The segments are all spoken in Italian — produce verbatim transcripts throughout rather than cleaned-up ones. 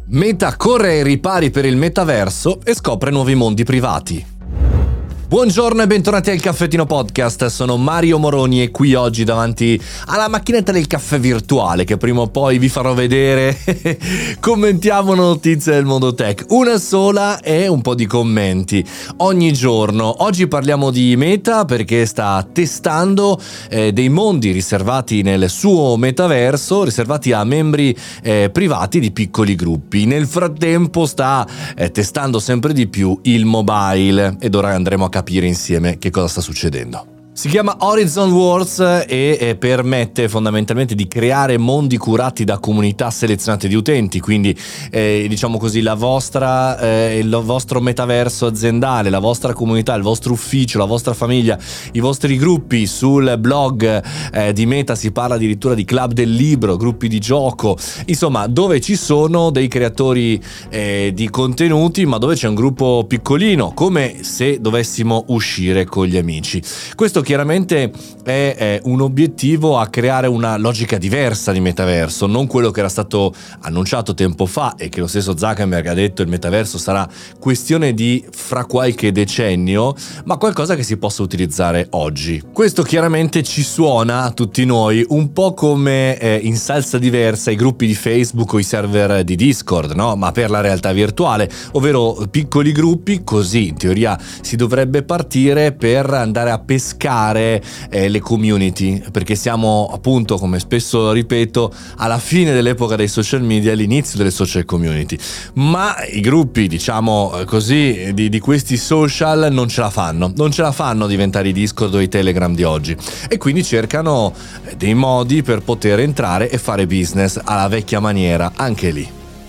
Meta corre ai ripari per il metaverso e scopre nuovi mondi privati. Buongiorno e bentornati al Caffettino Podcast, sono Mario Moroni e qui oggi davanti alla macchinetta del caffè virtuale che prima o poi vi farò vedere. Commentiamo notizie del mondo tech, una sola e un po' di commenti ogni giorno. Oggi parliamo di Meta perché sta testando eh, dei mondi riservati nel suo metaverso, riservati a membri eh, privati di piccoli gruppi. Nel frattempo sta eh, testando sempre di più il mobile ed ora andremo a capire insieme che cosa sta succedendo. Si chiama Horizon Worlds e eh, permette fondamentalmente di creare mondi curati da comunità selezionate di utenti, quindi eh, diciamo così la vostra, eh, il vostro metaverso aziendale, la vostra comunità, il vostro ufficio, la vostra famiglia, i vostri gruppi. Sul blog eh, di Meta si parla addirittura di club del libro, gruppi di gioco, insomma dove ci sono dei creatori eh, di contenuti ma dove c'è un gruppo piccolino, come se dovessimo uscire con gli amici. Questo chiaramente è, è un obiettivo a creare una logica diversa di metaverso, non quello che era stato annunciato tempo fa e che lo stesso Zuckerberg ha detto il metaverso sarà questione di fra qualche decennio, ma qualcosa che si possa utilizzare oggi. Questo chiaramente ci suona a tutti noi un po' come eh, in salsa diversa i gruppi di Facebook o i server di Discord, no? Ma per la realtà virtuale, ovvero piccoli gruppi, così in teoria si dovrebbe partire per andare a pescare Eh, le community, perché siamo appunto, come spesso ripeto, alla fine dell'epoca dei social media, all'inizio delle social community, ma i gruppi diciamo così di, di questi social non ce la fanno non ce la fanno diventare i Discord o i Telegram di oggi e quindi cercano dei modi per poter entrare e fare business alla vecchia maniera anche lì.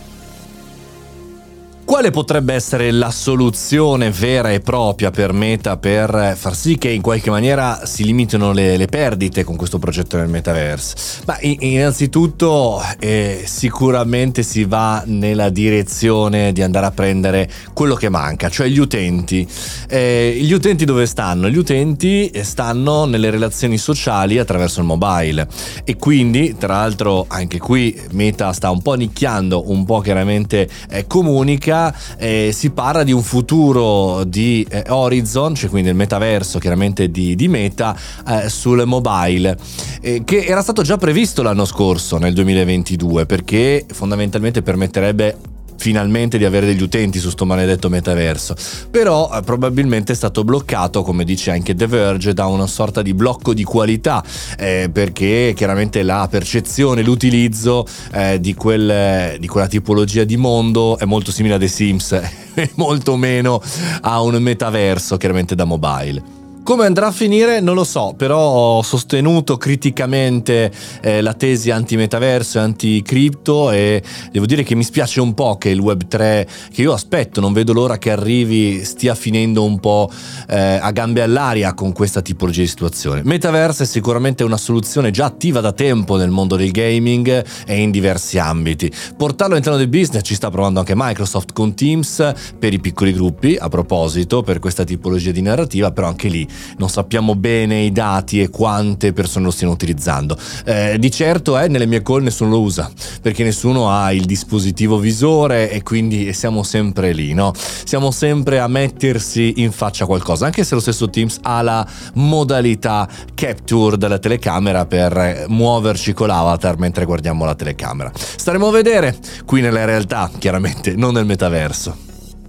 Quale potrebbe essere la soluzione vera e propria per Meta per far sì che in qualche maniera si limitino le, le perdite con questo progetto nel metaverse? Ma innanzitutto eh, sicuramente si va nella direzione di andare a prendere quello che manca, cioè gli utenti. Eh, gli utenti dove stanno? Gli utenti stanno nelle relazioni sociali attraverso il mobile e quindi tra l'altro anche qui Meta sta un po' nicchiando, un po' chiaramente eh, comunica. Eh, si parla di un futuro di eh, Horizon, cioè quindi il metaverso chiaramente di, di Meta eh, sul mobile, eh, che era stato già previsto l'anno scorso nel duemilaventidue, perché fondamentalmente permetterebbe finalmente di avere degli utenti su sto maledetto metaverso, però eh, probabilmente è stato bloccato, come dice anche The Verge, da una sorta di blocco di qualità, eh, perché chiaramente la percezione, l'utilizzo eh, di, quel, di quella tipologia di mondo è molto simile a The Sims e molto meno a un metaverso chiaramente da mobile. Come andrà a finire non lo so, però ho sostenuto criticamente eh, la tesi anti-metaverso e anti-cripto e devo dire che mi spiace un po' che il web tre, che io aspetto, non vedo l'ora che arrivi, stia finendo un po' eh, a gambe all'aria con questa tipologia di situazione. Metaverse è sicuramente una soluzione già attiva da tempo nel mondo del gaming e in diversi ambiti. Portarlo all'interno del business ci sta provando anche Microsoft con Teams per i piccoli gruppi, a proposito, per questa tipologia di narrativa, però anche lì non sappiamo bene i dati e quante persone lo stiano utilizzando. Eh, di certo eh, nelle mie call nessuno lo usa, perché nessuno ha il dispositivo visore e quindi siamo sempre lì, no? Siamo sempre a mettersi in faccia qualcosa, anche se lo stesso Teams ha la modalità capture della telecamera per muoverci con l'avatar mentre guardiamo la telecamera. Staremo a vedere qui nella realtà, chiaramente, non nel metaverso.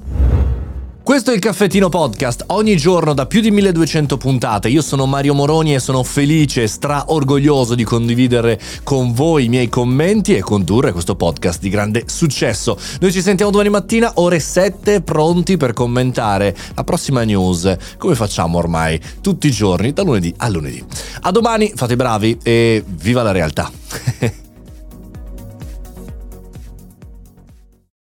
Questo è il Caffettino Podcast, ogni giorno da più di milleduecento puntate. Io sono Mario Moroni e sono felice, straorgoglioso di condividere con voi i miei commenti e condurre questo podcast di grande successo. Noi ci sentiamo domani mattina, ore sette, pronti per commentare la prossima news, come facciamo ormai tutti i giorni, da lunedì a lunedì. A domani, fate i bravi e viva la realtà!